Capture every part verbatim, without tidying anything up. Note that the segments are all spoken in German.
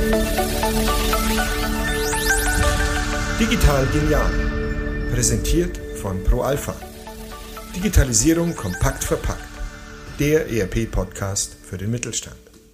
Digital genial. Präsentiert von ProAlpha. Digitalisierung kompakt verpackt. Der E R P-Podcast für den Mittelstand.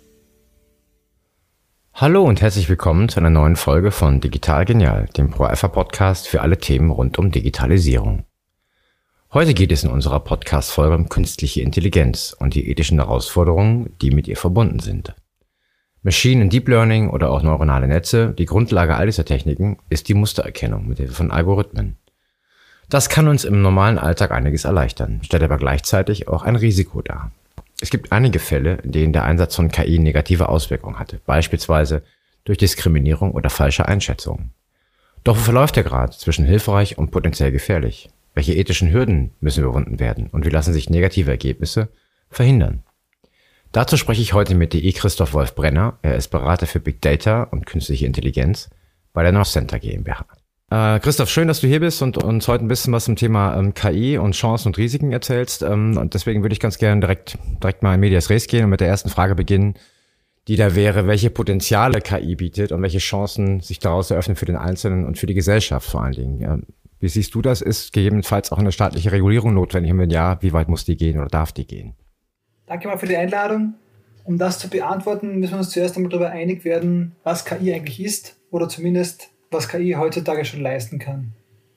Hallo und herzlich willkommen zu einer neuen Folge von Digital genial, dem ProAlpha-Podcast für alle Themen rund um Digitalisierung. Heute geht es in unserer Podcast-Folge um künstliche Intelligenz und die ethischen Herausforderungen, die mit ihr verbunden sind. Machine and Deep Learning oder auch neuronale Netze, die Grundlage all dieser Techniken ist die Mustererkennung mit Hilfe von Algorithmen. Das kann uns im normalen Alltag einiges erleichtern, stellt aber gleichzeitig auch ein Risiko dar. Es gibt einige Fälle, in denen der Einsatz von K I negative Auswirkungen hatte, beispielsweise durch Diskriminierung oder falsche Einschätzungen. Doch wo verläuft der Grad zwischen hilfreich und potenziell gefährlich? Welche ethischen Hürden müssen überwunden werden und wie lassen sich negative Ergebnisse verhindern? Dazu spreche ich heute mit D I Christoph Wolf Brenner. Er ist Berater für Big Data und künstliche Intelligenz bei der Northcenter GmbH. Äh, Christoph, schön, dass du hier bist und uns heute ein bisschen was zum Thema ähm, K I und Chancen und Risiken erzählst. Ähm, und deswegen würde ich ganz gerne direkt, direkt mal in Medias Res gehen und mit der ersten Frage beginnen, die da wäre, welche Potenziale K I bietet und welche Chancen sich daraus eröffnen für den Einzelnen und für die Gesellschaft vor allen Dingen. Ähm, wie siehst du das? Ist gegebenenfalls auch eine staatliche Regulierung notwendig? Und wenn ja, wie weit muss die gehen oder darf die gehen? Danke mal für die Einladung. Um das zu beantworten, müssen wir uns zuerst einmal darüber einig werden, was K I eigentlich ist oder zumindest, was K I heutzutage schon leisten kann.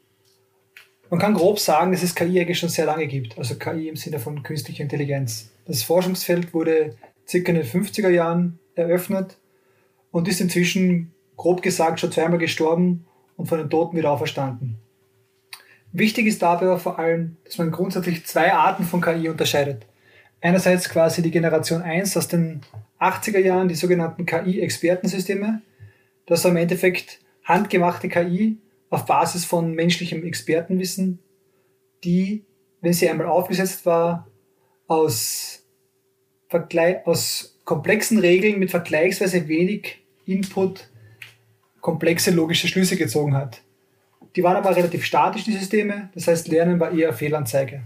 Man kann grob sagen, dass es K I eigentlich schon sehr lange gibt, also K I im Sinne von künstlicher Intelligenz. Das Forschungsfeld wurde circa in den fünfziger Jahren eröffnet und ist inzwischen, grob gesagt, schon zweimal gestorben und von den Toten wieder auferstanden. Wichtig ist dabei aber vor allem, dass man grundsätzlich zwei Arten von K I unterscheidet. Einerseits quasi die Generation eins aus den achtziger Jahren, die sogenannten K I-Expertensysteme. Das ist im Endeffekt handgemachte K I auf Basis von menschlichem Expertenwissen, die, wenn sie einmal aufgesetzt war, aus, Vergle- aus komplexen Regeln mit vergleichsweise wenig Input komplexe logische Schlüsse gezogen hat. Die waren aber relativ statisch, die Systeme, das heißt, Lernen war eher Fehlanzeige.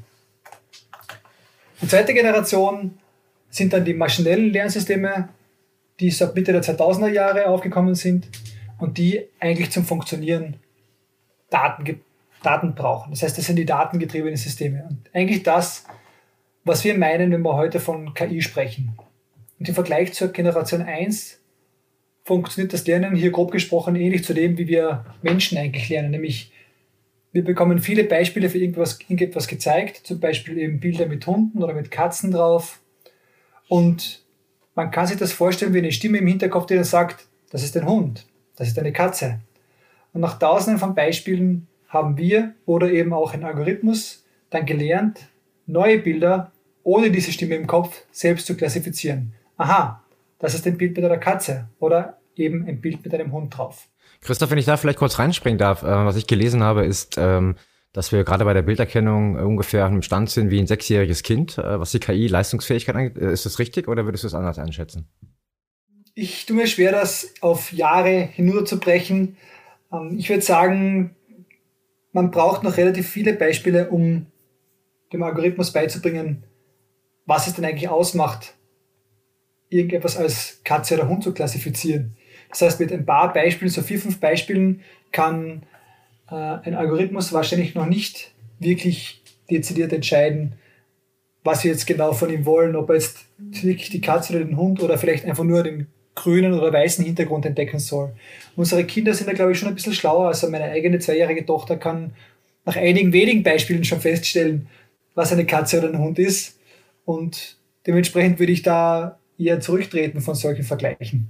Die zweite Generation sind dann die maschinellen Lernsysteme, die seit Mitte der zweitausender Jahre aufgekommen sind und die eigentlich zum Funktionieren Daten, Daten brauchen. Das heißt, das sind die datengetriebenen Systeme. Und eigentlich das, was wir meinen, wenn wir heute von K I sprechen. Und im Vergleich zur Generation eins funktioniert das Lernen hier grob gesprochen ähnlich zu dem, wie wir Menschen eigentlich lernen, nämlich wir bekommen viele Beispiele für irgendwas, irgendetwas gezeigt, zum Beispiel eben Bilder mit Hunden oder mit Katzen drauf. Und man kann sich das vorstellen wie eine Stimme im Hinterkopf, die dann sagt, das ist ein Hund, das ist eine Katze. Und nach tausenden von Beispielen haben wir oder eben auch ein Algorithmus dann gelernt, neue Bilder ohne diese Stimme im Kopf selbst zu klassifizieren. Aha, das ist ein Bild mit einer Katze oder eben ein Bild mit einem Hund drauf. Christoph, wenn ich da vielleicht kurz reinspringen darf, äh, was ich gelesen habe, ist, ähm, dass wir gerade bei der Bilderkennung äh, ungefähr im Stand sind wie ein sechsjähriges Kind, äh, was die K I-Leistungsfähigkeit angeht. Äh, ist das richtig oder würdest du es anders einschätzen? Ich tue mir schwer, das auf Jahre hinunterzubrechen. Ähm, ich würde sagen, man braucht noch relativ viele Beispiele, um dem Algorithmus beizubringen, was es denn eigentlich ausmacht, irgendetwas als Katze oder Hund zu klassifizieren. Das heißt, mit ein paar Beispielen, so vier, fünf Beispielen, kann äh, ein Algorithmus wahrscheinlich noch nicht wirklich dezidiert entscheiden, was wir jetzt genau von ihm wollen, ob er jetzt wirklich die Katze oder den Hund oder vielleicht einfach nur den grünen oder weißen Hintergrund entdecken soll. Unsere Kinder sind da, glaube ich, schon ein bisschen schlauer. Also meine eigene zweijährige Tochter kann nach einigen wenigen Beispielen schon feststellen, was eine Katze oder ein Hund ist. Und dementsprechend würde ich da eher zurücktreten von solchen Vergleichen.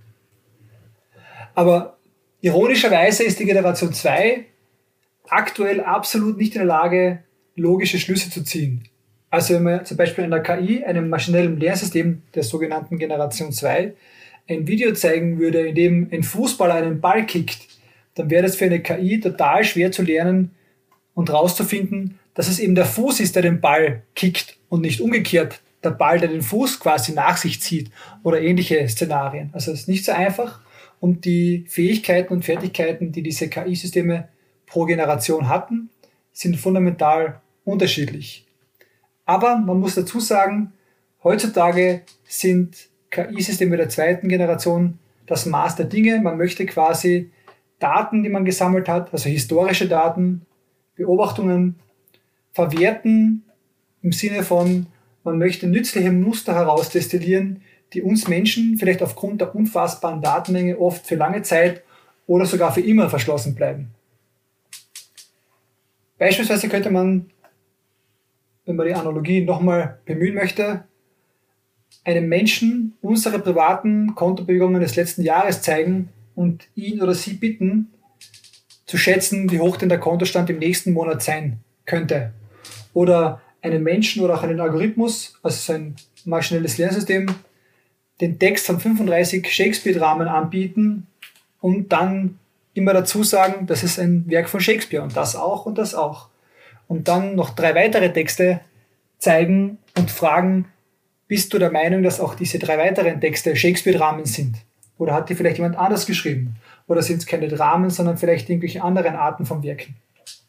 Aber ironischerweise ist die Generation zwei aktuell absolut nicht in der Lage, logische Schlüsse zu ziehen. Also wenn man zum Beispiel in der K I, einem maschinellen Lernsystem der sogenannten Generation zwei, ein Video zeigen würde, in dem ein Fußballer einen Ball kickt, dann wäre das für eine K I total schwer zu lernen und rauszufinden, dass es eben der Fuß ist, der den Ball kickt und nicht umgekehrt der Ball, der den Fuß quasi nach sich zieht oder ähnliche Szenarien. Also es ist nicht so einfach. Und die Fähigkeiten und Fertigkeiten, die diese K I-Systeme pro Generation hatten, sind fundamental unterschiedlich. Aber man muss dazu sagen, heutzutage sind K I-Systeme der zweiten Generation das Maß der Dinge. Man möchte quasi Daten, die man gesammelt hat, also historische Daten, Beobachtungen, verwerten im Sinne von, man möchte nützliche Muster herausdestillieren, die uns Menschen vielleicht aufgrund der unfassbaren Datenmenge oft für lange Zeit oder sogar für immer verschlossen bleiben. Beispielsweise könnte man, wenn man die Analogie nochmal bemühen möchte, einem Menschen unsere privaten Kontobewegungen des letzten Jahres zeigen und ihn oder sie bitten, zu schätzen, wie hoch denn der Kontostand im nächsten Monat sein könnte. Oder einem Menschen oder auch einen Algorithmus, also so ein maschinelles Lernsystem, den Text von fünfunddreißig Shakespeare-Dramen anbieten und dann immer dazu sagen, das ist ein Werk von Shakespeare und das auch und das auch. Und dann noch drei weitere Texte zeigen und fragen, bist du der Meinung, dass auch diese drei weiteren Texte Shakespeare-Dramen sind? Oder hat die vielleicht jemand anders geschrieben? Oder sind es keine Dramen, sondern vielleicht irgendwelche anderen Arten von Werken?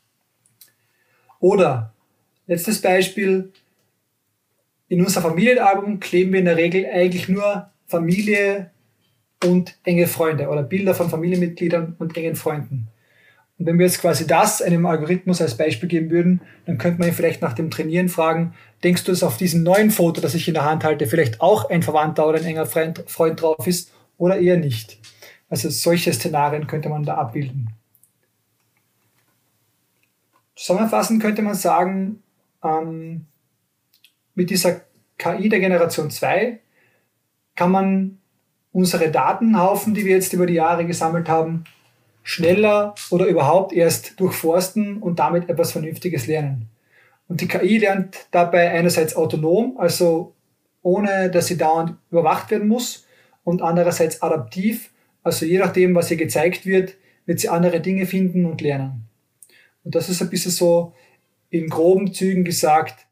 Oder, letztes Beispiel, in unser Familienalbum kleben wir in der Regel eigentlich nur Familie und enge Freunde oder Bilder von Familienmitgliedern und engen Freunden. Und wenn wir jetzt quasi das einem Algorithmus als Beispiel geben würden, dann könnte man ihn vielleicht nach dem Trainieren fragen, denkst du, dass auf diesem neuen Foto, das ich in der Hand halte, vielleicht auch ein Verwandter oder ein enger Freund, Freund drauf ist oder eher nicht? Also solche Szenarien könnte man da abbilden. Zusammenfassend könnte man sagen, ähm, mit dieser K I der Generation zwei kann man unsere Datenhaufen, die wir jetzt über die Jahre gesammelt haben, schneller oder überhaupt erst durchforsten und damit etwas Vernünftiges lernen. Und die K I lernt dabei einerseits autonom, also ohne dass sie dauernd überwacht werden muss, und andererseits adaptiv, also je nachdem, was ihr gezeigt wird, wird sie andere Dinge finden und lernen. Und das ist ein bisschen so in groben Zügen gesagt,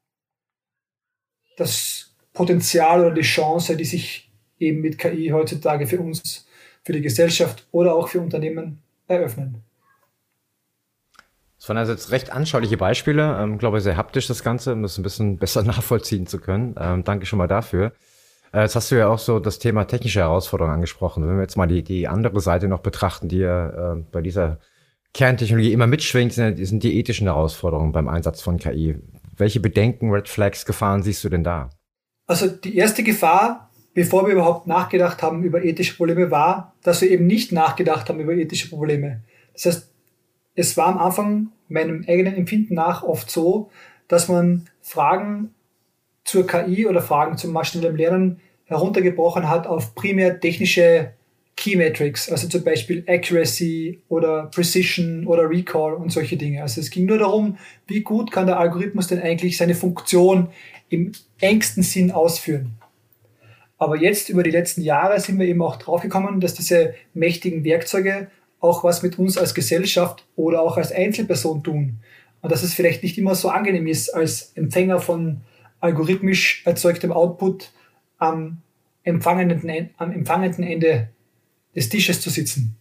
das Potenzial oder die Chance, die sich eben mit K I heutzutage für uns, für die Gesellschaft oder auch für Unternehmen eröffnen. Das waren also jetzt recht anschauliche Beispiele. Ähm, glaube ich, sehr haptisch das Ganze, um das ein bisschen besser nachvollziehen zu können. Ähm, danke schon mal dafür. Äh, jetzt hast du ja auch so das Thema technische Herausforderungen angesprochen. Wenn wir jetzt mal die, die andere Seite noch betrachten, die ja äh, bei dieser Kerntechnologie immer mitschwingt, sind, sind die ethischen Herausforderungen beim Einsatz von K I. Welche Bedenken, Red Flags, Gefahren siehst du denn da? Also die erste Gefahr, bevor wir überhaupt nachgedacht haben über ethische Probleme, war, dass wir eben nicht nachgedacht haben über ethische Probleme. Das heißt, es war am Anfang meinem eigenen Empfinden nach oft so, dass man Fragen zur K I oder Fragen zum maschinellen Lernen heruntergebrochen hat auf primär technische Key Metrics, also zum Beispiel Accuracy oder Precision oder Recall und solche Dinge. Also es ging nur darum, wie gut kann der Algorithmus denn eigentlich seine Funktion im engsten Sinn ausführen. Aber jetzt über die letzten Jahre sind wir eben auch draufgekommen, dass diese mächtigen Werkzeuge auch was mit uns als Gesellschaft oder auch als Einzelperson tun. Und dass es vielleicht nicht immer so angenehm ist, als Empfänger von algorithmisch erzeugtem Output am empfangenden, am empfangenden Ende des Tisches zu sitzen.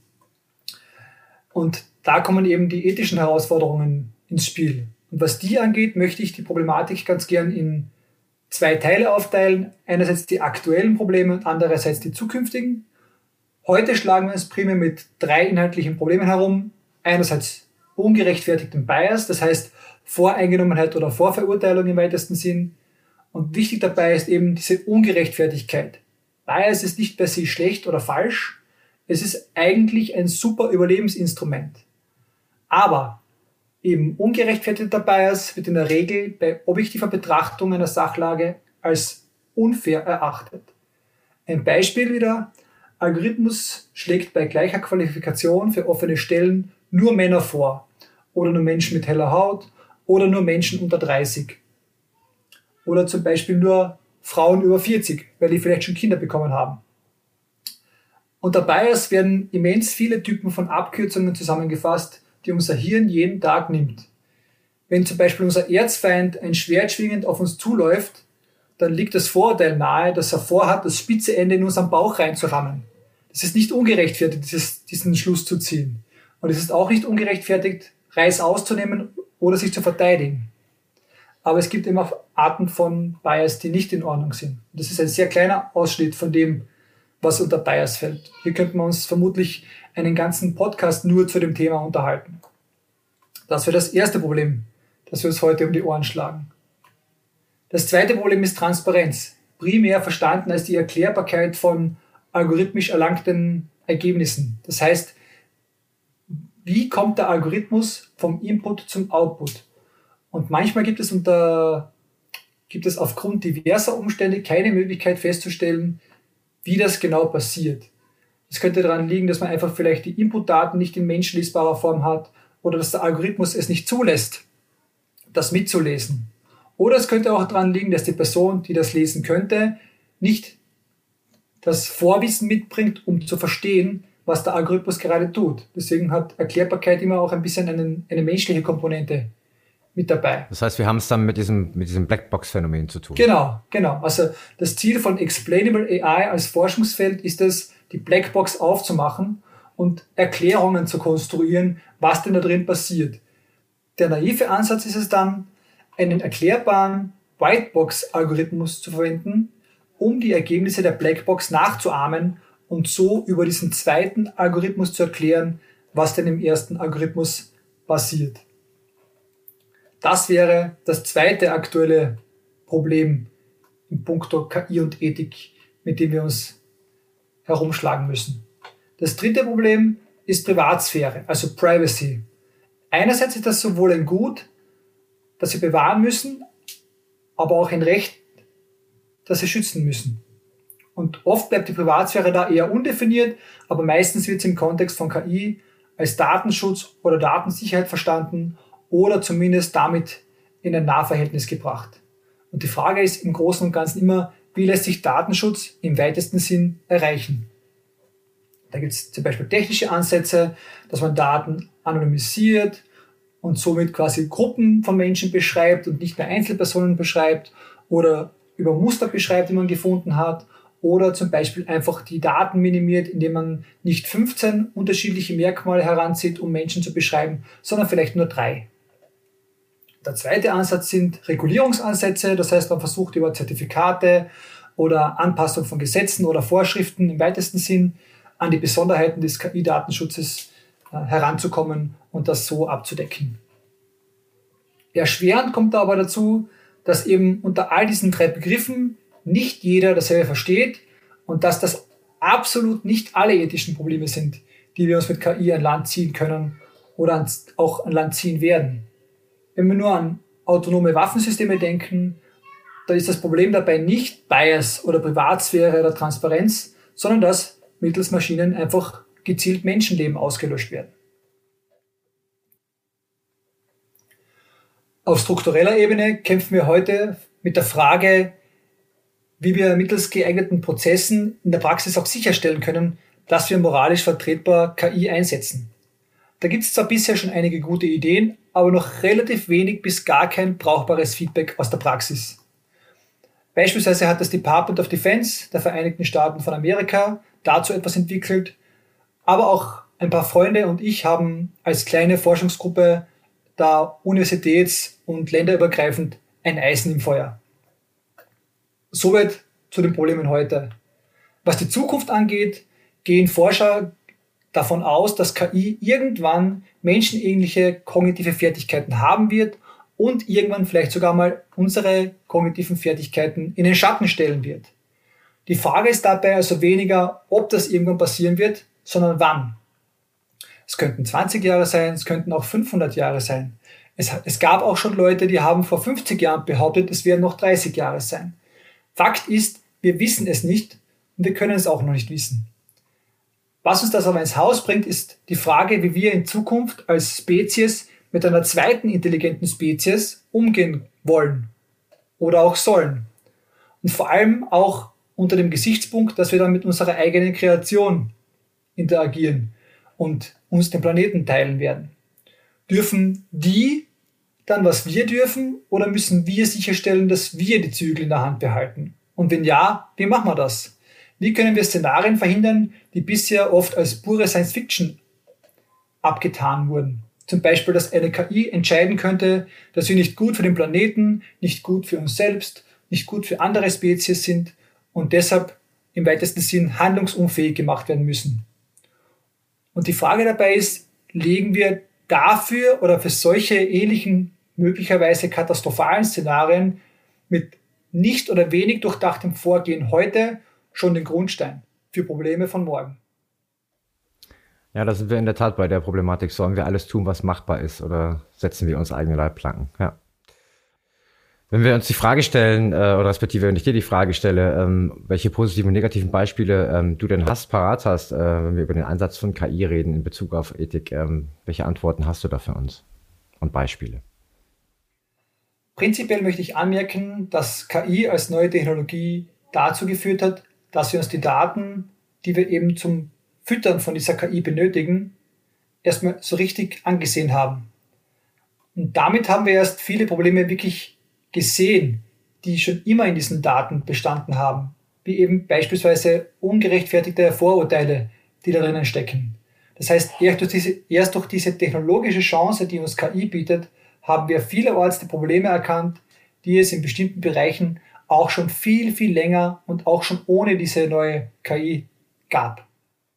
Und da kommen eben die ethischen Herausforderungen ins Spiel. Und was die angeht, möchte ich die Problematik ganz gern in zwei Teile aufteilen. Einerseits die aktuellen Probleme und andererseits die zukünftigen. Heute schlagen wir uns primär mit drei inhaltlichen Problemen herum. Einerseits ungerechtfertigten Bias, das heißt Voreingenommenheit oder Vorverurteilung im weitesten Sinn. Und wichtig dabei ist eben diese Ungerechtfertigkeit. Bias ist nicht per se schlecht oder falsch. Es ist eigentlich ein super Überlebensinstrument. Aber eben ungerechtfertigter Bias wird in der Regel bei objektiver Betrachtung einer Sachlage als unfair erachtet. Ein Beispiel wieder: Algorithmus schlägt bei gleicher Qualifikation für offene Stellen nur Männer vor oder nur Menschen mit heller Haut oder nur Menschen unter dreißig oder zum Beispiel nur Frauen über vierzig, weil die vielleicht schon Kinder bekommen haben. Unter Bias werden immens viele Typen von Abkürzungen zusammengefasst, die unser Hirn jeden Tag nimmt. Wenn zum Beispiel unser Erzfeind ein Schwert schwingend auf uns zuläuft, dann liegt das Vorurteil nahe, dass er vorhat, das spitze Ende in unseren Bauch reinzurammen. Das ist nicht ungerechtfertigt, dieses, diesen Schluss zu ziehen. Und es ist auch nicht ungerechtfertigt, Reis auszunehmen oder sich zu verteidigen. Aber es gibt eben auch Arten von Bias, die nicht in Ordnung sind. Und das ist ein sehr kleiner Ausschnitt von dem, was unter Bias fällt. Hier könnten wir uns vermutlich einen ganzen Podcast nur zu dem Thema unterhalten. Das wäre das erste Problem, das wir uns heute um die Ohren schlagen. Das zweite Problem ist Transparenz, primär verstanden als die Erklärbarkeit von algorithmisch erlangten Ergebnissen. Das heißt, wie kommt der Algorithmus vom Input zum Output? Und manchmal gibt es unter, gibt es aufgrund diverser Umstände keine Möglichkeit festzustellen, wie das genau passiert. Es könnte daran liegen, dass man einfach vielleicht die Inputdaten nicht in menschenlesbarer Form hat oder dass der Algorithmus es nicht zulässt, das mitzulesen. Oder es könnte auch daran liegen, dass die Person, die das lesen könnte, nicht das Vorwissen mitbringt, um zu verstehen, was der Algorithmus gerade tut. Deswegen hat Erklärbarkeit immer auch ein bisschen einen, eine menschliche Komponente mit dabei. Das heißt, wir haben es dann mit diesem, mit diesem Blackbox-Phänomen zu tun. Genau, genau. Also das Ziel von Explainable A I als Forschungsfeld ist es, die Blackbox aufzumachen und Erklärungen zu konstruieren, was denn da drin passiert. Der naive Ansatz ist es dann, einen erklärbaren Whitebox-Algorithmus zu verwenden, um die Ergebnisse der Blackbox nachzuahmen und so über diesen zweiten Algorithmus zu erklären, was denn im ersten Algorithmus passiert. Das wäre das zweite aktuelle Problem in puncto K I und Ethik, mit dem wir uns herumschlagen müssen. Das dritte Problem ist Privatsphäre, also Privacy. Einerseits ist das sowohl ein Gut, das wir bewahren müssen, aber auch ein Recht, das wir schützen müssen. Und oft bleibt die Privatsphäre da eher undefiniert, aber meistens wird sie im Kontext von K I als Datenschutz oder Datensicherheit verstanden oder zumindest damit in ein Nahverhältnis gebracht. Und die Frage ist im Großen und Ganzen immer, wie lässt sich Datenschutz im weitesten Sinn erreichen? Da gibt es zum Beispiel technische Ansätze, dass man Daten anonymisiert und somit quasi Gruppen von Menschen beschreibt und nicht mehr Einzelpersonen beschreibt oder über Muster beschreibt, die man gefunden hat, oder zum Beispiel einfach die Daten minimiert, indem man nicht fünfzehn unterschiedliche Merkmale heranzieht, um Menschen zu beschreiben, sondern vielleicht nur drei. Der zweite Ansatz sind Regulierungsansätze, das heißt, man versucht über Zertifikate oder Anpassung von Gesetzen oder Vorschriften im weitesten Sinn an die Besonderheiten des K I-Datenschutzes äh, heranzukommen und das so abzudecken. Erschwerend kommt da aber dazu, dass eben unter all diesen drei Begriffen nicht jeder dasselbe versteht und dass das absolut nicht alle ethischen Probleme sind, die wir uns mit K I an Land ziehen können oder auch an Land ziehen werden. Wenn wir nur an autonome Waffensysteme denken, da ist das Problem dabei nicht Bias oder Privatsphäre oder Transparenz, sondern dass mittels Maschinen einfach gezielt Menschenleben ausgelöscht werden. Auf struktureller Ebene kämpfen wir heute mit der Frage, wie wir mittels geeigneten Prozessen in der Praxis auch sicherstellen können, dass wir moralisch vertretbar K I einsetzen. Da gibt es zwar bisher schon einige gute Ideen, aber noch relativ wenig bis gar kein brauchbares Feedback aus der Praxis. Beispielsweise hat das Department of Defense der Vereinigten Staaten von Amerika dazu etwas entwickelt, aber auch ein paar Freunde und ich haben als kleine Forschungsgruppe da universitäts- und länderübergreifend ein Eisen im Feuer. Soweit zu den Problemen heute. Was die Zukunft angeht, gehen Forscher davon aus, dass K I irgendwann menschenähnliche kognitive Fertigkeiten haben wird und irgendwann vielleicht sogar mal unsere kognitiven Fertigkeiten in den Schatten stellen wird. Die Frage ist dabei also weniger, ob das irgendwann passieren wird, sondern wann. Es könnten zwanzig Jahre sein, es könnten auch fünfhundert Jahre sein. Es, es gab auch schon Leute, die haben vor fünfzig Jahren behauptet, es werden noch dreißig Jahre sein. Fakt ist, wir wissen es nicht und wir können es auch noch nicht wissen. Was uns das aber ins Haus bringt, ist die Frage, wie wir in Zukunft als Spezies mit einer zweiten intelligenten Spezies umgehen wollen oder auch sollen. Und vor allem auch unter dem Gesichtspunkt, dass wir dann mit unserer eigenen Kreation interagieren und uns den Planeten teilen werden. Dürfen die dann, was wir dürfen, oder müssen wir sicherstellen, dass wir die Zügel in der Hand behalten? Und wenn ja, wie machen wir das? Wie können wir Szenarien verhindern, die bisher oft als pure Science-Fiction abgetan wurden? Zum Beispiel, dass eine K I entscheiden könnte, dass wir nicht gut für den Planeten, nicht gut für uns selbst, nicht gut für andere Spezies sind und deshalb im weitesten Sinn handlungsunfähig gemacht werden müssen. Und die Frage dabei ist, legen wir dafür oder für solche ähnlichen, möglicherweise katastrophalen Szenarien mit nicht oder wenig durchdachtem Vorgehen heute schon den Grundstein für Probleme von morgen? Ja, da sind wir in der Tat bei der Problematik. Sollen wir alles tun, was machbar ist, oder setzen wir uns eigene Leitplanken? Ja. Wenn wir uns die Frage stellen, äh, oder respektive wenn ich dir die Frage stelle, ähm, welche positiven und negativen Beispiele ähm, du denn hast, parat hast, äh, wenn wir über den Einsatz von K I reden in Bezug auf Ethik, ähm, welche Antworten hast du da für uns und Beispiele? Prinzipiell möchte ich anmerken, dass K I als neue Technologie dazu geführt hat, dass wir uns die Daten, die wir eben zum Füttern von dieser K I benötigen, erstmal so richtig angesehen haben. Und damit haben wir erst viele Probleme wirklich gesehen, die schon immer in diesen Daten bestanden haben, wie eben beispielsweise ungerechtfertigte Vorurteile, die da drinnen stecken. Das heißt, erst durch diese, erst durch diese technologische Chance, die uns K I bietet, haben wir vielerorts die Probleme erkannt, die es in bestimmten Bereichen auch schon viel, viel länger und auch schon ohne diese neue K I gab.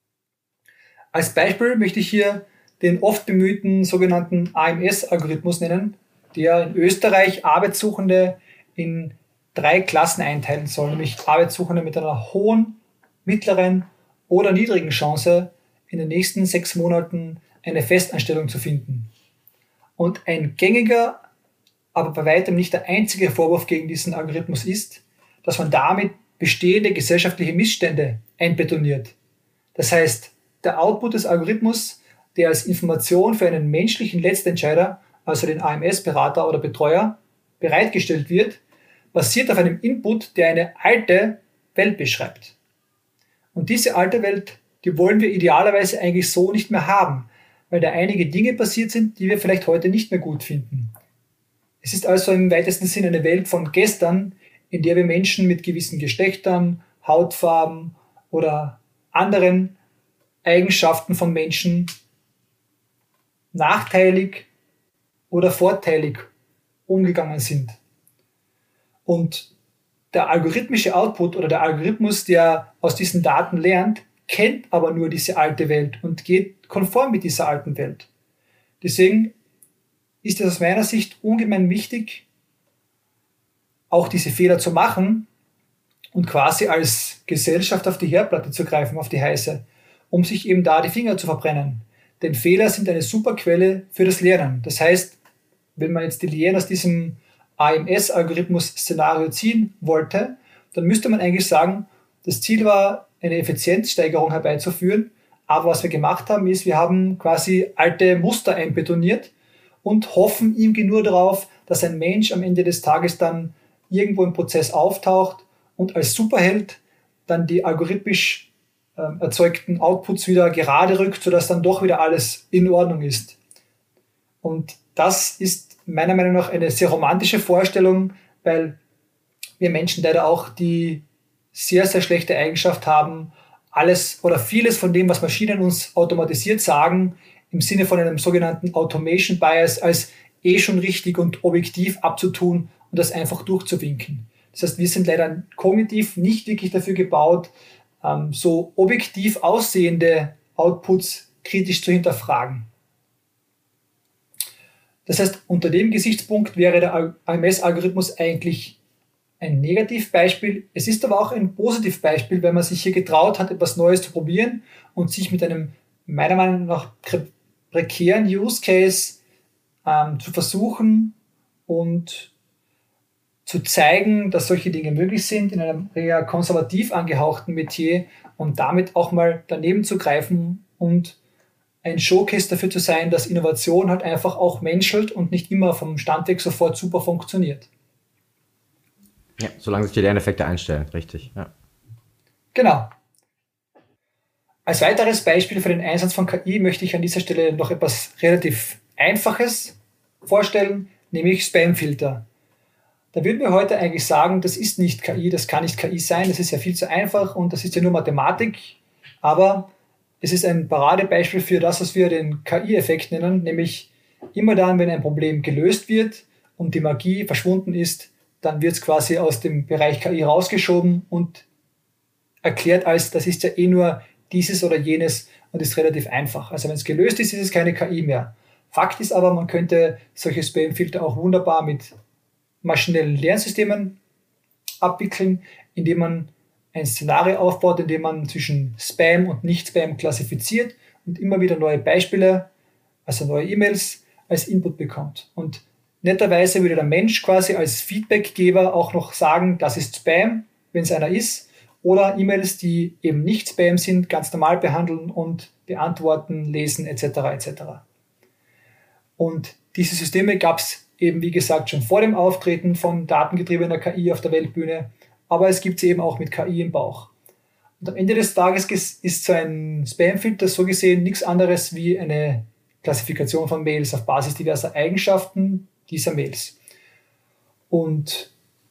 Als Beispiel möchte ich hier den oft bemühten sogenannten A M S-Algorithmus nennen, der in Österreich Arbeitssuchende in drei Klassen einteilen soll, nämlich Arbeitssuchende mit einer hohen, mittleren oder niedrigen Chance, in den nächsten sechs Monaten eine Festanstellung zu finden. Und ein gängiger, aber bei weitem nicht der einzige Vorwurf gegen diesen Algorithmus ist, dass man damit bestehende gesellschaftliche Missstände einbetoniert. Das heißt, der Output des Algorithmus, der als Information für einen menschlichen Letztentscheider, also den A M S-Berater oder Betreuer, bereitgestellt wird, basiert auf einem Input, der eine alte Welt beschreibt. Und diese alte Welt, die wollen wir idealerweise eigentlich so nicht mehr haben, weil da einige Dinge passiert sind, die wir vielleicht heute nicht mehr gut finden. Es ist also im weitesten Sinn eine Welt von gestern, in der wir Menschen mit gewissen Geschlechtern, Hautfarben oder anderen Eigenschaften von Menschen nachteilig oder vorteilig umgegangen sind. Und der algorithmische Output oder der Algorithmus, der aus diesen Daten lernt, kennt aber nur diese alte Welt und geht konform mit dieser alten Welt. Deswegen ist es aus meiner Sicht ungemein wichtig, auch diese Fehler zu machen und quasi als Gesellschaft auf die Herdplatte zu greifen, auf die heiße, um sich eben da die Finger zu verbrennen. Denn Fehler sind eine super Quelle für das Lernen. Das heißt, wenn man jetzt die Lehren aus diesem A M S-Algorithmus-Szenario ziehen wollte, dann müsste man eigentlich sagen, das Ziel war, eine Effizienzsteigerung herbeizuführen. Aber was wir gemacht haben, ist, wir haben quasi alte Muster einbetoniert und hoffen irgendwie nur darauf, dass ein Mensch am Ende des Tages dann irgendwo im Prozess auftaucht und als Superheld dann die algorithmisch äh, erzeugten Outputs wieder gerade rückt, sodass dann doch wieder alles in Ordnung ist. Und das ist meiner Meinung nach eine sehr romantische Vorstellung, weil wir Menschen leider auch die sehr, sehr schlechte Eigenschaft haben, alles oder vieles von dem, was Maschinen uns automatisiert sagen, im Sinne von einem sogenannten Automation Bias als eh schon richtig und objektiv abzutun und das einfach durchzuwinken. Das heißt, wir sind leider kognitiv nicht wirklich dafür gebaut, so objektiv aussehende Outputs kritisch zu hinterfragen. Das heißt, unter dem Gesichtspunkt wäre der A M S-Algorithmus eigentlich ein Negativbeispiel. Es ist aber auch ein Positivbeispiel, wenn man sich hier getraut hat, etwas Neues zu probieren und sich mit einem meiner Meinung nach prekären Use Case ähm, zu versuchen und zu zeigen, dass solche Dinge möglich sind in einem eher konservativ angehauchten Metier und damit auch mal daneben zu greifen und ein Showcase dafür zu sein, dass Innovation halt einfach auch menschelt und nicht immer vom Stand weg sofort super funktioniert. Ja, solange sich die Lerneffekte einstellen, richtig. Ja. Genau. Als weiteres Beispiel für den Einsatz von K I möchte ich an dieser Stelle noch etwas relativ Einfaches vorstellen, nämlich Spamfilter. Da würden wir heute eigentlich sagen, das ist nicht K I, das kann nicht K I sein, das ist ja viel zu einfach und das ist ja nur Mathematik, aber es ist ein Paradebeispiel für das, was wir den K I-Effekt nennen, nämlich immer dann, wenn ein Problem gelöst wird und die Magie verschwunden ist, dann wird es quasi aus dem Bereich K I rausgeschoben und erklärt als, das ist ja eh nur dieses oder jenes und ist relativ einfach. Also wenn es gelöst ist, ist es keine K I mehr. Fakt ist aber, man könnte solche Spamfilter auch wunderbar mit maschinellen Lernsystemen abwickeln, indem man ein Szenario aufbaut, in dem man zwischen Spam und Nicht-Spam klassifiziert und immer wieder neue Beispiele, also neue E-Mails als Input bekommt. Und netterweise würde der Mensch quasi als Feedbackgeber auch noch sagen, das ist Spam, wenn es einer ist, oder E-Mails, die eben nicht Spam sind, ganz normal behandeln und beantworten, lesen et cetera et cetera. Und diese Systeme gab es eben, wie gesagt, schon vor dem Auftreten von datengetriebener K I auf der Weltbühne, aber es gibt sie eben auch mit K I im Bauch. Und am Ende des Tages ist so ein Spamfilter so gesehen nichts anderes wie eine Klassifikation von Mails auf Basis diverser Eigenschaften dieser Mails. Und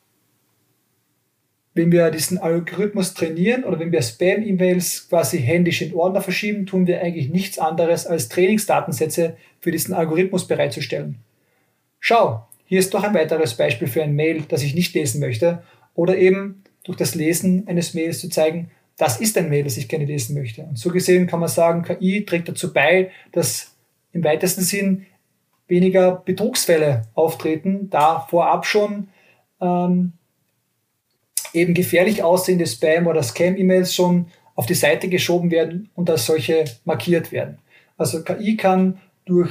wenn wir diesen Algorithmus trainieren oder wenn wir Spam-E-Mails quasi händisch in Ordner verschieben, tun wir eigentlich nichts anderes als Trainingsdatensätze für diesen Algorithmus bereitzustellen. Schau, hier ist doch ein weiteres Beispiel für ein Mail, das ich nicht lesen möchte, oder eben durch das Lesen eines Mails zu zeigen, das ist ein Mail, das ich gerne lesen möchte. Und so gesehen kann man sagen, K I trägt dazu bei, dass im weitesten Sinn weniger Betrugsfälle auftreten, da vorab schon ähm, eben gefährlich aussehende Spam- oder Scam-E-Mails schon auf die Seite geschoben werden und als solche markiert werden. Also K I kann durch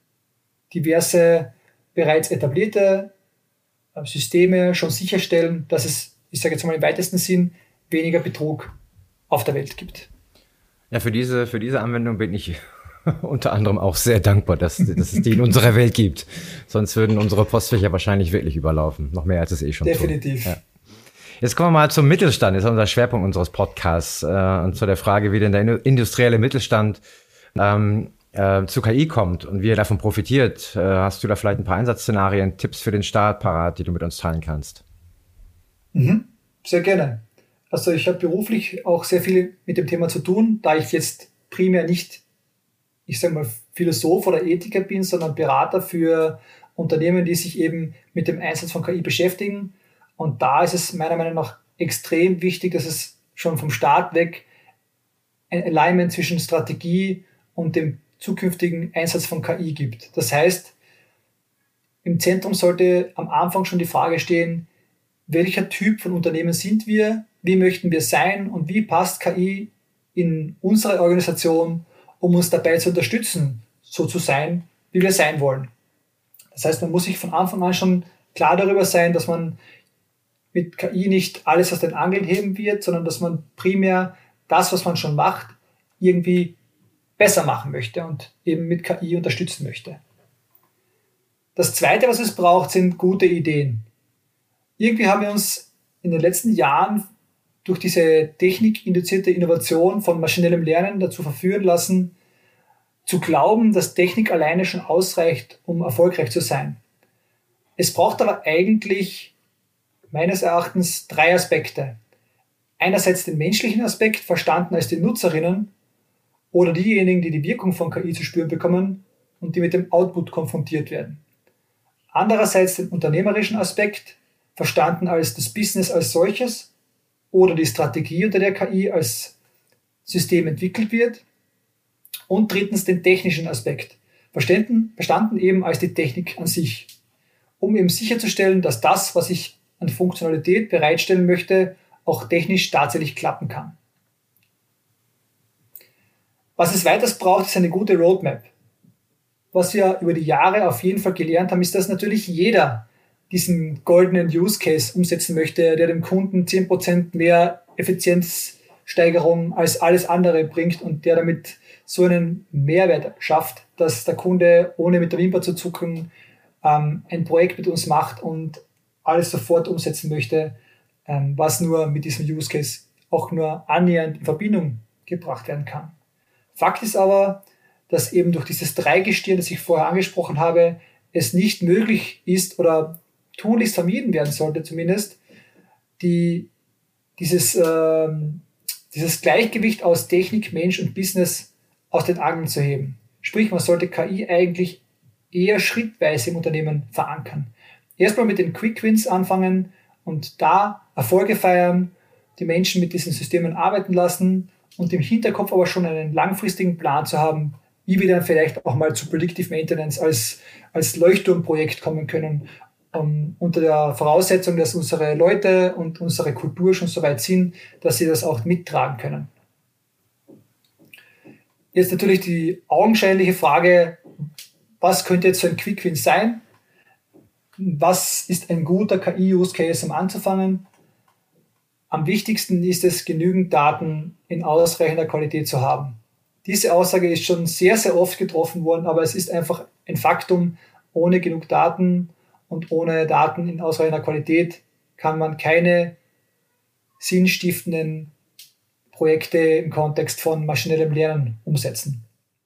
diverse bereits etablierte Systeme schon sicherstellen, dass es, ich sage jetzt mal im weitesten Sinn, weniger Betrug auf der Welt gibt. Ja, für diese, für diese Anwendung bin ich unter anderem auch sehr dankbar, dass, dass es die in unserer Welt gibt. Sonst würden unsere Postfächer wahrscheinlich wirklich überlaufen. Noch mehr als es eh schon tun. Definitiv. Ja. Jetzt kommen wir mal zum Mittelstand. Das ist unser Schwerpunkt unseres Podcasts. Äh, und zu der Frage, wie denn der industrielle Mittelstand ähm, äh, zu K I kommt und wie er davon profitiert. Äh, hast du da vielleicht ein paar Einsatzszenarien, Tipps für den Start parat, die du mit uns teilen kannst? Mhm, sehr gerne. Also ich habe beruflich auch sehr viel mit dem Thema zu tun, da ich jetzt primär nicht, ich sage mal, Philosoph oder Ethiker bin, sondern Berater für Unternehmen, die sich eben mit dem Einsatz von K I beschäftigen. Und da ist es meiner Meinung nach extrem wichtig, dass es schon vom Start weg ein Alignment zwischen Strategie und dem zukünftigen Einsatz von K I gibt. Das heißt, im Zentrum sollte am Anfang schon die Frage stehen, welcher Typ von Unternehmen sind wir, wie möchten wir sein und wie passt K I in unsere Organisation, um uns dabei zu unterstützen, so zu sein, wie wir sein wollen. Das heißt, man muss sich von Anfang an schon klar darüber sein, dass man mit K I nicht alles aus den Angeln heben wird, sondern dass man primär das, was man schon macht, irgendwie besser machen möchte und eben mit K I unterstützen möchte. Das Zweite, was es braucht, sind gute Ideen. Irgendwie haben wir uns in den letzten Jahren durch diese technikinduzierte Innovation von maschinellem Lernen dazu verführen lassen, zu glauben, dass Technik alleine schon ausreicht, um erfolgreich zu sein. Es braucht aber eigentlich meines Erachtens drei Aspekte. Einerseits den menschlichen Aspekt, verstanden als die Nutzerinnen oder diejenigen, die die Wirkung von K I zu spüren bekommen und die mit dem Output konfrontiert werden. Andererseits den unternehmerischen Aspekt, verstanden als das Business als solches oder die Strategie, unter der K I als System entwickelt wird. Und drittens den technischen Aspekt, verstanden, verstanden eben als die Technik an sich, um eben sicherzustellen, dass das, was ich an Funktionalität bereitstellen möchte, auch technisch tatsächlich klappen kann. Was es weiters braucht, ist eine gute Roadmap. Was wir über die Jahre auf jeden Fall gelernt haben, ist, dass natürlich jeder diesen goldenen Use Case umsetzen möchte, der dem Kunden zehn Prozent mehr Effizienzsteigerung als alles andere bringt und der damit so einen Mehrwert schafft, dass der Kunde, ohne mit der Wimper zu zucken, ähm, ein Projekt mit uns macht und alles sofort umsetzen möchte, ähm, was nur mit diesem Use Case auch nur annähernd in Verbindung gebracht werden kann. Fakt ist aber, dass eben durch dieses Dreigestirn, das ich vorher angesprochen habe, es nicht möglich ist oder tunlichst vermieden werden sollte zumindest, die, dieses, ähm, dieses Gleichgewicht aus Technik, Mensch und Business aus den Angeln zu heben. Sprich, man sollte K I eigentlich eher schrittweise im Unternehmen verankern. Erstmal mit den Quick Wins anfangen und da Erfolge feiern die Menschen mit diesen Systemen arbeiten lassen und im Hinterkopf aber schon einen langfristigen Plan zu haben, wie wir dann vielleicht auch mal zu Predictive Maintenance als, als Leuchtturmprojekt kommen können, um, unter der Voraussetzung, dass unsere Leute und unsere Kultur schon so weit sind, dass sie das auch mittragen können. Jetzt natürlich die augenscheinliche Frage, was könnte jetzt so ein Quick Win sein? Was ist ein guter K I-Use-Case, um anzufangen? Am wichtigsten ist es, genügend Daten in ausreichender Qualität zu haben. Diese Aussage ist schon sehr, sehr oft getroffen worden, aber es ist einfach ein Faktum, ohne genug Daten und ohne Daten in ausreichender Qualität kann man keine sinnstiftenden Projekte im Kontext von maschinellem Lernen umsetzen.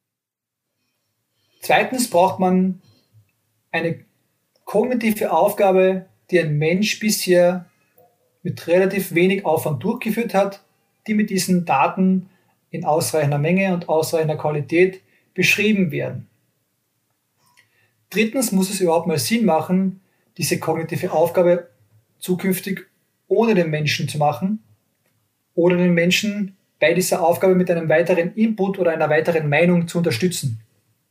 Zweitens braucht man eine kognitive Aufgabe, die ein Mensch bisher mit relativ wenig Aufwand durchgeführt hat, die mit diesen Daten in ausreichender Menge und ausreichender Qualität beschrieben werden. Drittens muss es überhaupt mal Sinn machen, diese kognitive Aufgabe zukünftig ohne den Menschen zu machen oder den Menschen bei dieser Aufgabe mit einem weiteren Input oder einer weiteren Meinung zu unterstützen.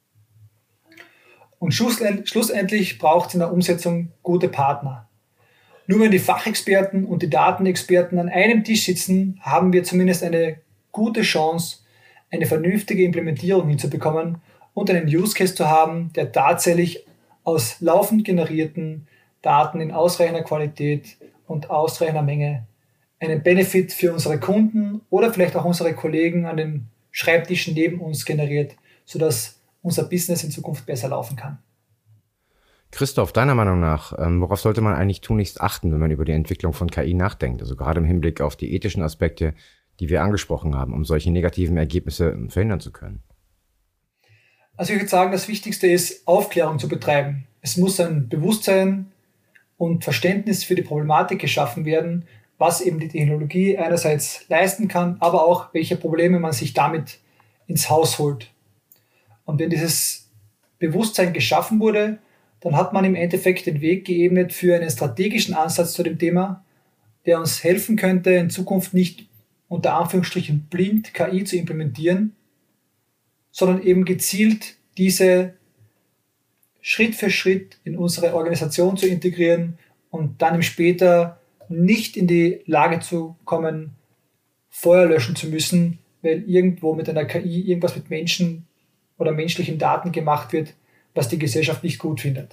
Und schlussendlich braucht es in der Umsetzung gute Partner. Nur wenn die Fachexperten und die Datenexperten an einem Tisch sitzen, haben wir zumindest eine gute Chance, eine vernünftige Implementierung hinzubekommen und einen Use Case zu haben, der tatsächlich aus laufend generierten Daten in ausreichender Qualität und ausreichender Menge einen Benefit für unsere Kunden oder vielleicht auch unsere Kollegen an den Schreibtischen neben uns generiert, sodass unser Business in Zukunft besser laufen kann. Christoph, deiner Meinung nach, worauf sollte man eigentlich tunlichst achten, wenn man über die Entwicklung von K I nachdenkt? Also gerade im Hinblick auf die ethischen Aspekte, die wir angesprochen haben, um solche negativen Ergebnisse verhindern zu können. Also ich würde sagen, das Wichtigste ist, Aufklärung zu betreiben. Es muss ein Bewusstsein und Verständnis für die Problematik geschaffen werden, was eben die Technologie einerseits leisten kann, aber auch welche Probleme man sich damit ins Haus holt. Und wenn dieses Bewusstsein geschaffen wurde, dann hat man im Endeffekt den Weg geebnet für einen strategischen Ansatz zu dem Thema, der uns helfen könnte, in Zukunft nicht unter Anführungsstrichen blind K I zu implementieren, sondern eben gezielt diese Schritt für Schritt in unsere Organisation zu integrieren und dann im später nicht in die Lage zu kommen, Feuer löschen zu müssen, weil irgendwo mit einer K I irgendwas mit Menschen oder menschlichen Daten gemacht wird, was die Gesellschaft nicht gut findet.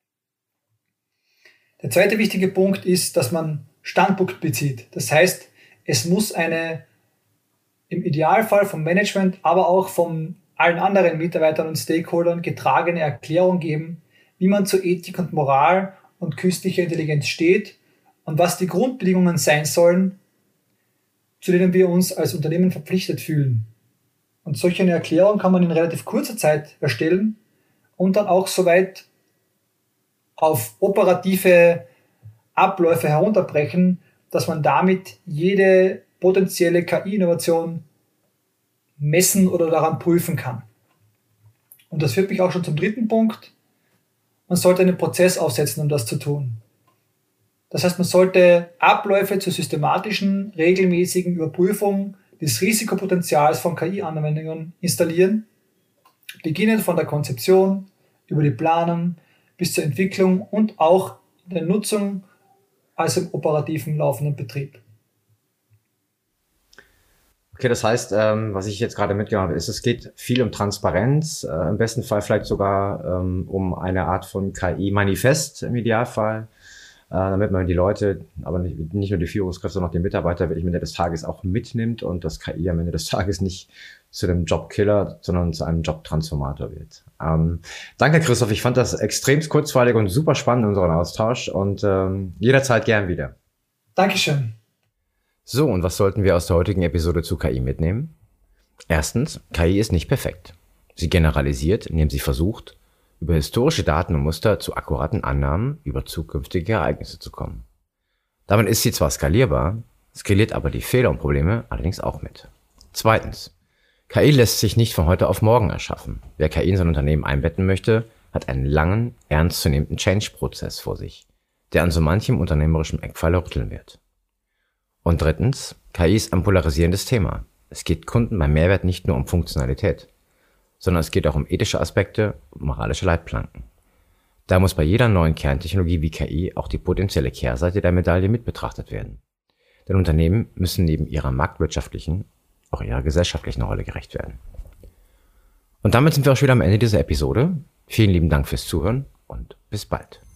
Der zweite wichtige Punkt ist, dass man Standpunkt bezieht. Das heißt, es muss eine im Idealfall vom Management, aber auch von allen anderen Mitarbeitern und Stakeholdern getragene Erklärung geben, wie man zu Ethik und Moral und künstlicher Intelligenz steht und was die Grundbedingungen sein sollen, zu denen wir uns als Unternehmen verpflichtet fühlen. Und solch eine Erklärung kann man in relativ kurzer Zeit erstellen und dann auch soweit auf operative Abläufe herunterbrechen, dass man damit jede potenzielle K I-Innovation messen oder daran prüfen kann. Und das führt mich auch schon zum dritten Punkt. Man sollte einen Prozess aufsetzen, um das zu tun. Das heißt, man sollte Abläufe zur systematischen, regelmäßigen Überprüfung des Risikopotenzials von K I-Anwendungen installieren, beginnend von der Konzeption, über die Planung bis zur Entwicklung und auch der Nutzung als im operativen laufenden Betrieb. Okay, das heißt, ähm, was ich jetzt gerade mitgenommen habe, ist, es geht viel um Transparenz, äh, im besten Fall vielleicht sogar ähm, um eine Art von K I-Manifest im Idealfall, äh, damit man die Leute, aber nicht, nicht nur die Führungskräfte, sondern auch die Mitarbeiter wirklich am Ende des Tages auch mitnimmt und das K I am Ende des Tages nicht zu einem Jobkiller, sondern zu einem Jobtransformator wird. Ähm, danke, Christoph. Ich fand das extrem kurzweilig und super spannend, unseren Austausch und ähm, jederzeit gern wieder. Dankeschön. So, und was sollten wir aus der heutigen Episode zu K I mitnehmen? Erstens, K I ist nicht perfekt. Sie generalisiert, indem sie versucht, über historische Daten und Muster zu akkuraten Annahmen über zukünftige Ereignisse zu kommen. Damit ist sie zwar skalierbar, skaliert aber die Fehler und Probleme allerdings auch mit. Zweitens, K I lässt sich nicht von heute auf morgen erschaffen. Wer K I in sein Unternehmen einbetten möchte, hat einen langen, ernstzunehmenden Change-Prozess vor sich, der an so manchem unternehmerischen Eckpfeiler rütteln wird. Und drittens, K I ist ein polarisierendes Thema. Es geht Kunden beim Mehrwert nicht nur um Funktionalität, sondern es geht auch um ethische Aspekte und moralische Leitplanken. Da muss bei jeder neuen Kerntechnologie wie K I auch die potenzielle Kehrseite der Medaille mit betrachtet werden. Denn Unternehmen müssen neben ihrer marktwirtschaftlichen auch ihrer gesellschaftlichen Rolle gerecht werden. Und damit sind wir auch schon wieder am Ende dieser Episode. Vielen lieben Dank fürs Zuhören und bis bald.